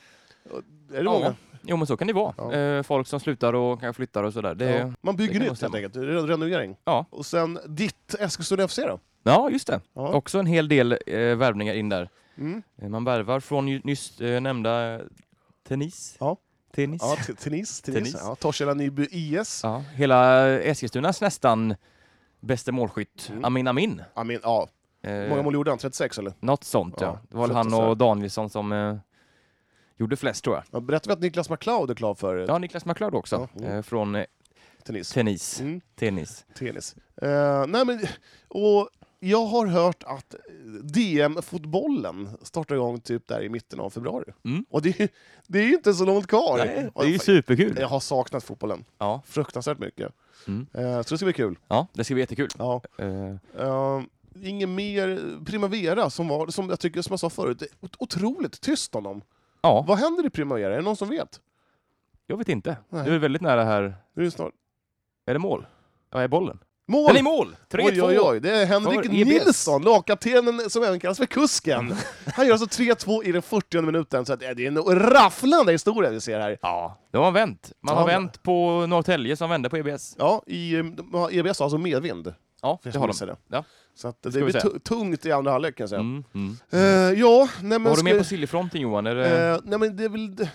är det Ja. många? Jo, men så kan det vara. Ja. Eh, folk som slutar och kanske flyttar och sådär. Det, Ja. ja. Man bygger det kan nytt nog helt stämma. enkelt, Re- renovering. Ja. Och sen ditt Eskilstuna F C då? ja, just det. Ja. Också en hel del eh, värvningar in där. Mm. Eh, Man värvar från ju- nyss eh, nämnda eh, tennis. Ja. Tennis. Ja, t- tennis. tennis. Tennis. Ja, Torshälla Nyby I S. Ja, hela Eskilstunas nästan bästa målskytt, Mm. Amin Amin. Ja, men, ja. Eh, Hur många mål gjorde han? trettiosex eller? Något sånt, ja. Ja, Det var väl han fruktansvärt. och Danielsson som eh, gjorde flest, tror jag. Ja, berättade vi att Niklas McLeod är klar för eh, Ja, Niklas McLeod också, Ja, mm. eh, från eh, tennis? tennis. Mm. tennis. Tennis. Eh, nej men, och jag har hört att D M-fotbollen startar igång typ där i mitten av februari. Mm. Och det, är- det är ju inte så långt kvar. Nej, Och det är ju jag- superkul. Jag har saknat fotbollen Ja. fruktansvärt mycket. Mm. Eh, så det ska bli kul. ja, det ska bli jättekul. Ja. Eh, Uh, inget mer Primavera, som, var, som jag tycker, som jag sa förut, det är ot- otroligt tyst om dem. ja, Vad händer i Primavera? Är det någon som vet? jag vet inte. Nej. Du är väldigt nära här. Det är ju snart... Är det mål? Ja, är bollen? Mål! Den är i mål! tre två! Oj, oj, oj. Det är Henrik För E B S. Nilsson, lagkaptenen som även kallas för kusken. Han gör alltså tre två i den fyrtionde minuten, så att, ja, det är en rafflande historia vi ser här. Ja, de har vänt. Man Ja, har men- vänt på Norrtälje som vände på E B S. Ja, i eh, E B S har alltså medvind. Ja, För det har de. det. Ja. Så att ska det vi blir säga. tu- tungt i andra halvlek kan jag säga. Mm, mm. Eh, ja, nej men... Vad har du ska- mer på sillfronten, Johan? Är det... Eh, nej men det är väl... det-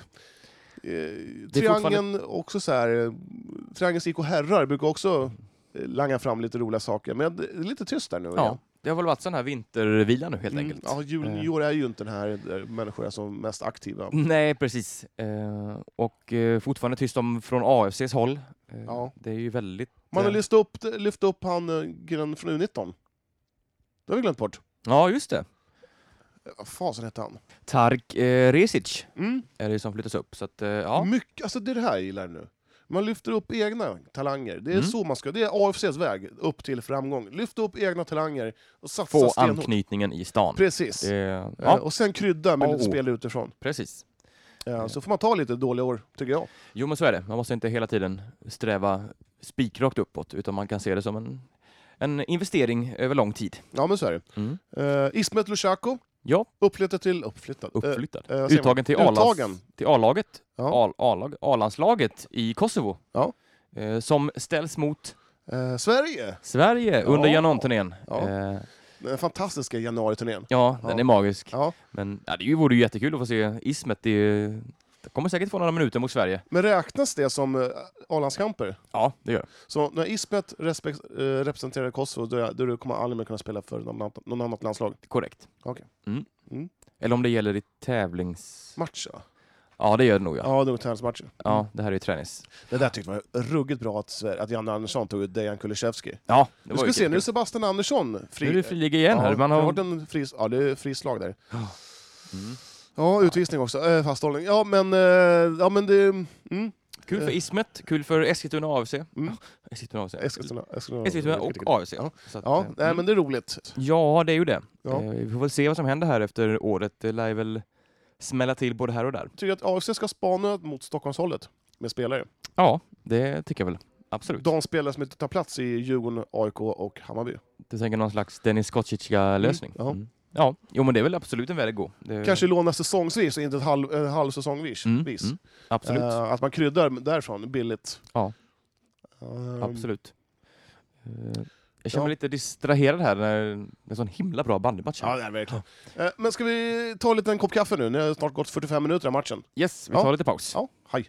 Eh, triangeln också så här. eh, Triangelns I K herrar brukar också eh, langa fram lite roliga saker, men det är lite tyst där nu. Ja, igen. det har väl varit sån här vintervila nu helt Mm, enkelt. ja, jul, Eh. nyår är ju inte den här där människor är som mest aktiva. Nej, precis. Eh, och eh, fortfarande tyst om från A F C:s håll. Eh, Ja. Det är ju väldigt... Man har eh, lyft upp, lyft upp han eh, killen från U nitton. Det har vi glömt bort. Ja, just det. Eh, Vad fasen hette han? Tark eh, Resic Mm. är det som flyttas upp. Så att, eh, ja. Mycket, alltså det är det här jag gillar nu. Man lyfter upp egna talanger. Det är Mm. så man ska. Det är A F C:s väg upp till framgång. Lyfta upp egna talanger och satsa Få stenhårt. anknytningen i stan. Precis. Det, Eh, ja, Och sen krydda med A och lite O. spel utifrån. precis. Ja, så får man ta lite dåliga år, tycker jag. Jo, men så är det. Man måste inte hela tiden sträva spikrakt uppåt, utan man kan se det som en, en investering över lång tid. Ja, men så är det. Mm. Uh, Ismet Lushako, Ja, uppflyttad till... Uppflyttad? Eh, uppflyttad. eh, vad säger Uttagen till man? A-lags- Uttagen. till A-laget. Ja. Al- A-lag- A-landslaget i Kosovo. Ja. Eh, som ställs mot Eh, Sverige, Sverige under Ja. Janon-turnén. Ja. Eh, den fantastiska januariturnén. ja, den Ja. är magisk. Ja. Men ja, det vore ju jättekul att få se Ismet i det kommer säkert få några minuter mot Sverige. Men räknas det som uh, A-landskamper? Ja, det gör det. Så när Ismet respekt, uh, representerar Kosovo, då, då kommer han aldrig mer kunna spela för någon, annan- någon annat landslag? Korrekt. Okej. Mm. Mm. Eller om det gäller i tävlings... Match, ja. Ja, det gör det nog, ja. Ja, det var tävlingsmatcher. Ja, det här är ju tränings... Det där tyckte man var ruggigt bra att, Sver- att Janne Andersson tog ut Dejan Kulusevski. Ja, det Nu var ska ju vi se, nu är kul. Sebastian Andersson fri. Nu är det friläge igen här. Ja, Man det har har... varit en fri, ja, det är frislag där. Mm. Ja, utvisning också. Äh, fasthållning. Ja, men, äh, ja, men det... Mm. Kul för Ismet, kul för Eskilstuna A F C. Mm. Eskilstuna A F C. Eskilstuna, Eskilstuna, Eskilstuna och A F C. Ja, Så att, ja eh, nej, men det är roligt. ja, det är ju det. Ja. Eh, Vi får väl se vad som händer här efter året. Det lär väl smälla till både här och där. Tycker att A F C ska spana mot Stockholmshållet med spelare. Ja, det tycker jag väl. Absolut. De spelare som inte tar plats i Djurgården, A I K och Hammarby. Du tänker någon slags Dennis Kocic-ska lösning. ja. Mm. Ja, jo men det är väl absolut en väg att gå. Det... Kanske låna säsongsvis och inte ett halv, en halv säsongvis. Mm, vis. mm, absolut. Eh, att man kryddar därifrån billigt. Ja. Ehm, Absolut. Eh, Jag känner ja. mig lite distraherad här när det är en sån himla bra bandymatch. Ja, det är verkligen. Eh, men ska vi ta en liten kopp kaffe nu? Det har snart gått fyrtiofem minuter av matchen. Yes, vi Ja. tar lite paus. Ja, hej.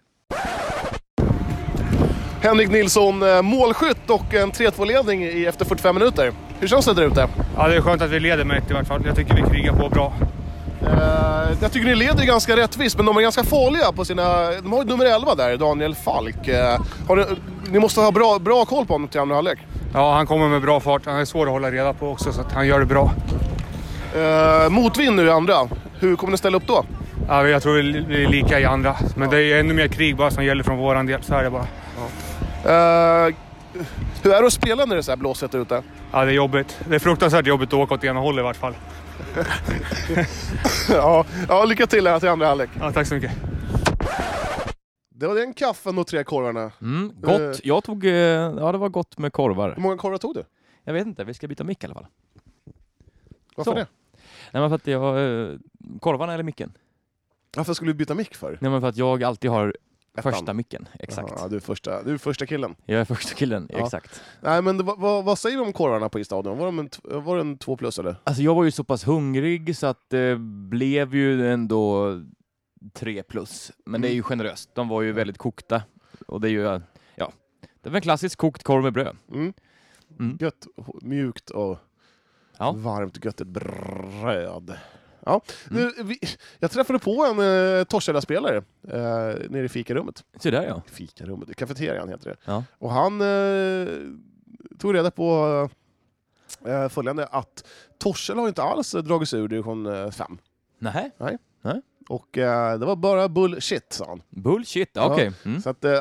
Henrik Nilsson, eh, målskytt och en tre två-ledning i efter fyrtiofem minuter. Hur känns det där ute? Ja, det är skönt att vi leder med ett i vart fall. Jag tycker vi krigar på bra. Eh, jag tycker ni leder ganska rättvist, men de är ganska farliga på sina... De har ju nummer elva där, Daniel Falk. Eh, har ni, ni måste ha bra, bra koll på honom till andra halvlek. Ja, han kommer med bra fart. Han är svår att hålla reda på också, så att han gör det bra. Eh, motvind nu i andra. Hur kommer ni ställa upp då? Ja, jag tror vi är lika i andra. Men det är ännu mer krig bara som gäller från våran del. Så är det bara. Eh, hur är det att spela när det är så här blåsigt ute? Ja, det är jobbigt. Det är fruktansvärt jobbigt att åka åt ena hållet i vart fall. ja, ja, lycka till här till andra halvlek. Ja, tack så mycket. Det var den kaffen och tre korvarna. Mm, gott. Eh. Jag tog... eh, Ja, det var gott med korvar. Hur många korvar tog du? Jag vet inte, vi ska byta mick i alla fall. Varför Så. det? Nej, men för att jag... eh, Korvarna eller micken? Varför skulle du byta mick för? Nej, men för att jag alltid har Ettan. första micken. Exakt. Jaha, du, är första, du är första killen. Jag är första killen, Ja. exakt. Nej, men det, vad, vad, vad säger du om korvarna på Isstadion? Var, de en, t- var det en två plus eller? Alltså jag var ju så pass hungrig så att det blev ju ändå tre plus. Men det är ju generöst. De var ju väldigt kokta. Och det är ju, ja, det var en klassisk kokt korv med bröd. Mm. Mm. Gött, h- mjukt och Ja. varmt göttigt bröd. Ja. Mm. Nu, vi, jag träffade på en uh, Torshälla-spelare uh, nere i fikarummet. Så där ja. Fikarummet, kafeterian heter det. Ja. Och han uh, tog reda på uh, följande att Torshälla har inte alls dragit sig ur division fem. Nähä? Och uh, det var bara bullshit, sa han. Bullshit, Ja. okej. Mm. Så att uh,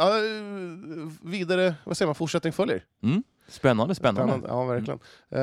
vidare, vad säger man, fortsättning följer. Mm. Spännande, spännande. Ja, verkligen.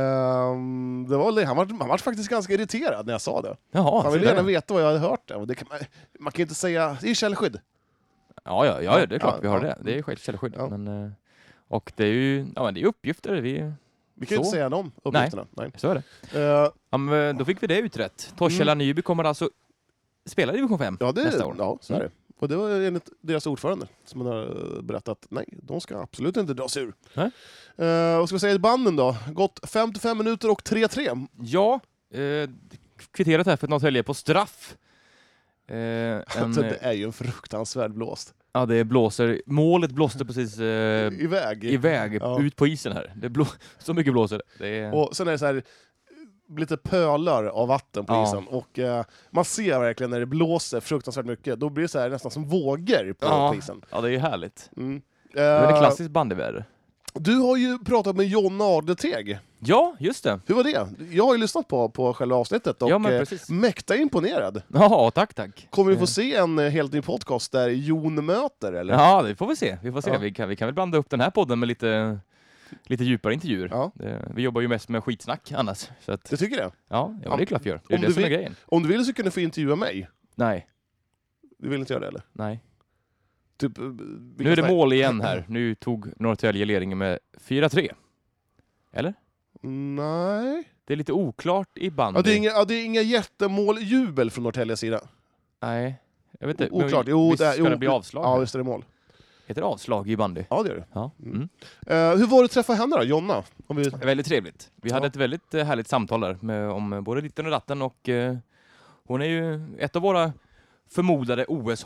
Ehm, det var, han, var, han var faktiskt ganska irriterad när jag sa det. Jaha, Han så ville gärna där. veta vad jag hade hört. Det. Och det kan man, man kan ju inte säga... Det är källskydd. Ja, ja, ja, det är klart Ja, vi har ja. det. Det är ju källskydd. Ja. Men, eh, och det är ju, ja, men det är uppgifter. Vi, Vi kan ju Så. inte säga de uppgifterna. Nej. så är det. Ehm, Ja, men då fick vi det utrett. Torshälla Nyby kommer alltså spela i division fem ja, det, nästa år. ja, så är det. Och det var enligt deras ordförande som man har berättat nej, de ska absolut inte dras ur. Nej. Uh, vad ska vi säga i banden då? Gått femtiofem minuter och tre tre. Ja, eh, kvitteret här för Norrtälje på straff. Eh, en, Alltså, det är ju en fruktansvärd blåst. ja, det blåser. Målet blåste precis eh, Iväg. iväg Ja. ut på isen här. Det blå, så mycket blåser det. det. Är, Och sen är det så här lite pölar av vatten på Ja. isen. Och eh, man ser verkligen när det blåser fruktansvärt mycket. Då blir det så här nästan som vågor på, Ja. på isen. ja, det är härligt. Mm. Det är Eh, ett klassiskt bandyväder. du har ju pratat med Jonna Adleteg. Ja, just det. Hur var det? Jag har ju lyssnat på, på själva avsnittet och Ja, men eh, precis. mäkta imponerad. Ja, tack, tack. Kommer vi få Eh. se en eh, helt ny podcast där Jon möter? Eller? Ja, det får vi se. Vi får se. Ja. Vi, kan, vi kan väl blanda upp den här podden med lite, lite djupare intervjuer. Ja. Det, vi jobbar ju mest med skitsnack annars. Så att, Det tycker jag. ja, ja, det är klart vi gör. Det är Om det du som är vill- grejen. Om du vill så kan du få intervjua mig. Nej, Du vill inte göra det eller? nej. Typ, eh, Nu vilka är det snack- mål igen här. Nu tog Norrtälje ledningen med fyra tre. Eller? Nej. Det är lite oklart i bandy. Ja, det är inga, ja, det är inga jättemåljubel från Norrtäljes sida. Nej, jag vet inte. O- oklart. Men Jo, visst det är- ska jo, det bli avslag? Ja, här? visst är det mål. Heter det avslag i bandy? Ja, det gör det. Ja. Mm. Eh, hur var det att träffa henne då, Jonna? Om vi... Väldigt trevligt. Vi Ja. hade ett väldigt eh, härligt samtal där med, om både ditten och datten och eh, hon är ju ett av våra förmodade O S-hopp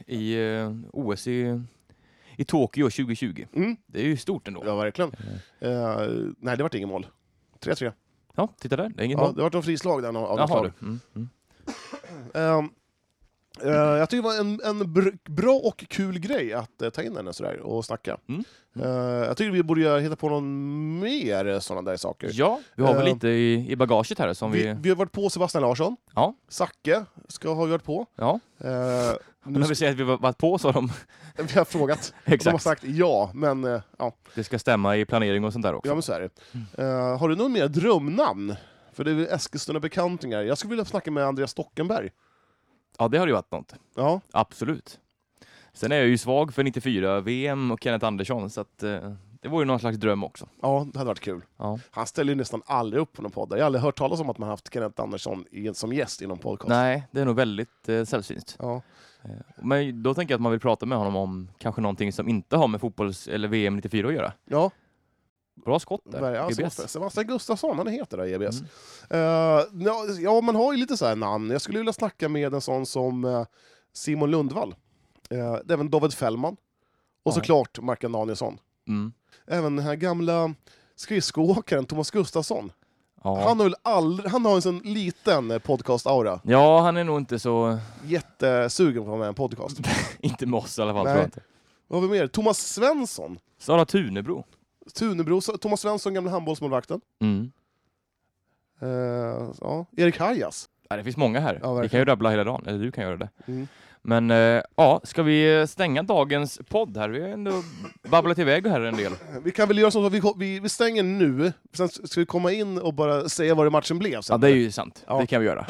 i uh, O S i, i Tokyo tjugo tjugo. Mm. Det är ju stort ändå. Ja, verkligen. Uh, nej, det var ingen mål. tre tre. Ja, titta där. Det är ingen Ja, mål. det var ett frislag där av Jaha, slag. du. Mm, mm. Um, uh, jag tycker det var en, en br- bra och kul grej att uh, ta in henne sådär och snacka. Mm. Uh, jag tycker vi borde göra- hitta på någon mer sådana där saker. Ja, vi har väl Eh, lite i, i bagaget här som Vi, vi... vi har varit på Sebastian Larsson. Ja. Zacke ska ha vi varit på. Ja, Uh, men nu när vi säger att vi var- varit på så har de... vi har frågat. De har Exakt. sagt ja, men uh, ja. Det ska stämma i planering och sånt där också. Ja, men så är det. Uh, har du någon mer drömnamn? För det är väl Eskilstuna bekantingar. Jag skulle vilja snacka med Andreas Stockenberg. Ja, det har ju varit något. Ja, Absolut. Sen är jag ju svag för nittiofyra V M och Kenneth Andersson, så att, eh, det var ju någon slags dröm också. ja, det hade varit kul. Ja. Han ställer ju nästan aldrig upp på någon podd. Jag har aldrig hört talas om att man haft Kenneth Andersson i, som gäst i någon podcast. Nej, det är nog väldigt eh, sällsynt. Ja. Men då tänker jag att man vill prata med honom om kanske någonting som inte har med fotbolls- eller V M nittiofyra att göra. Ja, Bra skott där. ja, G B S. så, Sebastian Gustafsson, han heter det, G B S. Mm. Uh, ja, ja, man har ju lite så här namn. Jag skulle vilja snacka med en sån som uh, Simon Lundvall. Uh, även David Fällman. Och Ja. såklart Markan Danielsson. Mm. Även den här gamla skridskoåkaren Thomas Gustafsson. Ja. Han har väl aldrig, han har en sån liten eh, podcast-aura. ja, han är nog inte så... Jättesugen på att vara med i en podcast. Inte med oss i alla fall, Nej. tror jag inte. Vad har vi mer? Thomas Svensson. Sara Tunebro. Tunebro, Thomas Svensson, gamla handbollsmålvakten. Mm. Uh, ja. Erik Hajas. Ja, det finns många här. Ja, vi verkligen. kan ju rabbla hela dagen, eller du kan göra det. Mm. Men eh, ja, ska vi stänga dagens podd här? Vi har ändå babblat iväg här en del. Vi kan väl göra så att vi, vi, vi stänger nu, sen ska vi komma in och bara säga vad det matchen blev. Sen. Ja, det är ju sant. Ja. Det kan vi göra.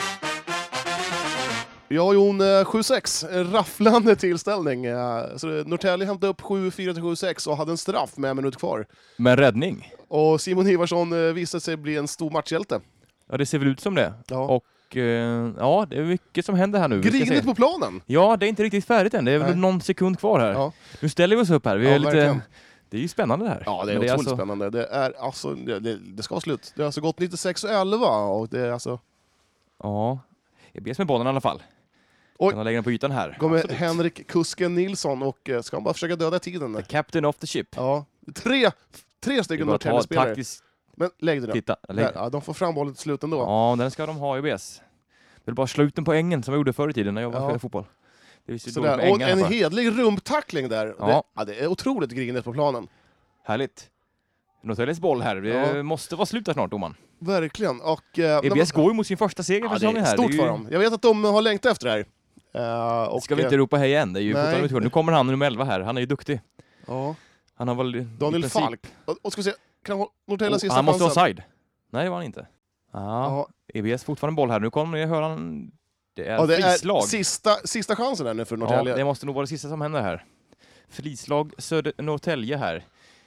Ja, Jon, eh, sju sex, en rafflande tillställning. Eh, Så det- Norrtälje hämtade upp sju fyra till sju sex och hade en straff med en minut kvar. Men räddning? Och Simon Ivarsson eh, visade sig bli en stor matchhjälte. Ja, det ser väl ut som det. Ja. Och eh, ja, det är mycket som händer här nu. Vi ska Grinigt se. på planen! Ja, det är inte riktigt färdigt än. Det är väl Nej. någon sekund kvar här. Ja, Nu ställer vi oss upp här. Vi är Ja, lite... verkligen. Det är ju spännande det här. ja det är Men otroligt alltså... spännande. Det, är, alltså, det, det, det ska vara slut. Det har alltså gått nittiosex och elva och det är alltså... Ja, jag ber med bollen i alla fall. Oj. Kan jag lägga den på ytan här? Kommer Absolut. Henrik Kusken Nilsson och eh, ska han bara försöka döda tiden The där. captain of the ship. Ja, tre, tre Det är stycken bara att ta Norrtälje-spelare. taktiskt... Men lägg det då. Titta. Där, Lägg. ja, de får fram bollen till slut ändå. Ja, den ska de ha i B S. Det är bara slå ut den på ängen som jag gjorde förr i tiden när jag var Ja. spelade fotboll. Det är så Sådär. dåligt med Och ängar en här bara. hedlig rumptackling där. Ja. Det, ja, det är otroligt grinigt på planen. Härligt. Norrtäljes boll här. Det Ja. måste vara slut där snart, domaren. Verkligen. Och, eh, E B S går ju mot sin första seger ja, för det säsongen är här. stort det är ju... för dem. Jag vet att de har längtat efter det här. Eh, och, Ska vi eh, inte ropa hej igen? Det är ju nej. fortfarande utgående. Nu kommer han nummer elva här. Han är ju duktig. Ja. Han har väl i Daniel princip- Falk. Och, och ska vi se, kan Norrtälje Oh, sista han måste chansen? offside. Nej, det var han inte. Ja. Ja. E B S fortfarande boll här. Nu kommer ni höra han... Det är Ja, det frislag. är sista, sista chansen här nu för Ja, Norrtälje. det måste nog vara det sista som händer här. Frislag Söder Norrtälje här.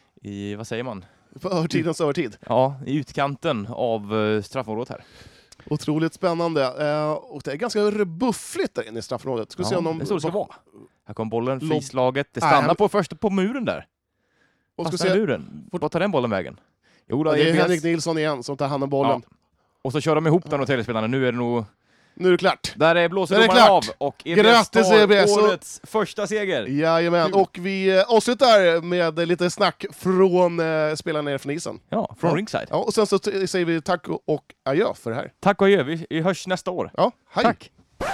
I, vad säger man? På övertidens övertid. Ja, i utkanten av uh, straffområdet här. Otroligt spännande. Eh, och det är ganska buffligt där inne i straffområdet. Ska vi se om de... det är så det ska vara. Här kom bollen, Lob- frislaget. Det Nej, stannar han- på första på muren där. Och ska vi Fastnar i se, muren. Vart tar den bollen vägen? Jo, då, ja, det är E B S. Henrik Nilsson igen som tar hand om bollen. Ja. Och så kör de ihop den Norrtäljespelarna. Nu är det nog... Nu är det klart. Där är blåser Där är domaren av klart. och E B S Grattis, tar E B S. årets första seger. Jajamän, Kul. och vi eh, avslutar med lite snack från eh, spelarna nere från isen. Ja, från Ja. ringside. Ja, och sen så t- säger vi tack och, och adjö för det här. Tack och adjö. Vi, vi hörs nästa år. Ja, hej! Tack.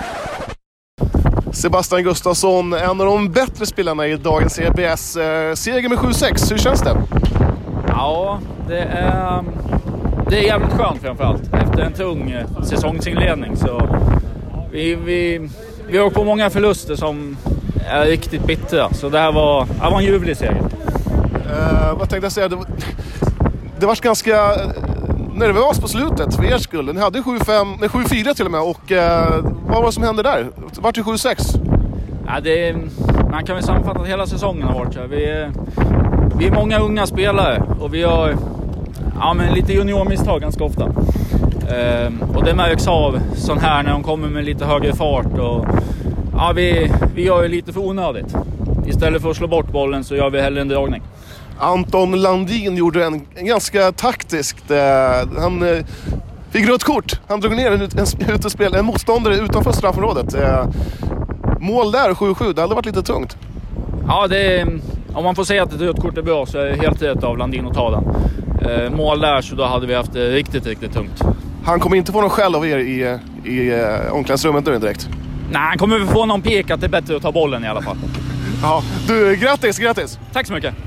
Sebastian Gustafsson, en av de bättre spelarna i dagens E B S. Eh, seger med sju sex, hur känns det? Ja, det är, det är jävligt skönt framförallt. Efter en tung eh, säsongsinledning så vi, vi, vi har åkt på många förluster som är riktigt bittra. Så det här var, det var en ljuvlig seger. Eh, vad tänkte jag säga? Det var, det var ganska eh, nervöst på slutet för er skull. Ni hade sju fem, nej, sju fyra till och med. Och eh, vad var det som hände där? Vart det sju sex? Ja, det är, man kan väl sammanfatta att hela säsongen har varit så här. Vi är, vi är många unga spelare och vi har ja, men lite juniormisstag ganska ofta. Ehm, och det märks av sån här när de kommer med lite högre fart. Och, ja, vi, vi gör ju lite för onödigt. Istället för att slå bort bollen så gör vi hellre en dragning. Anton Landin gjorde en, en ganska taktiskt... Eh, han eh, fick rött kort. Han drog ner en, en, en, en motståndare utanför straffområdet. Eh, Mål där, sju sju, det hade varit lite tungt. Ja, det är, om man får säga att ett rött kort är bra så är det helt rätt av Landin att ta den. Eh, mål där, så då hade vi haft det riktigt, riktigt tungt. Han kommer inte få någon skäll av er i, i uh, omklädningsrummet nu direkt. Nej, han kommer väl få någon pek att det är bättre att ta bollen i alla fall. Ja, du, grattis, grattis! Tack så mycket!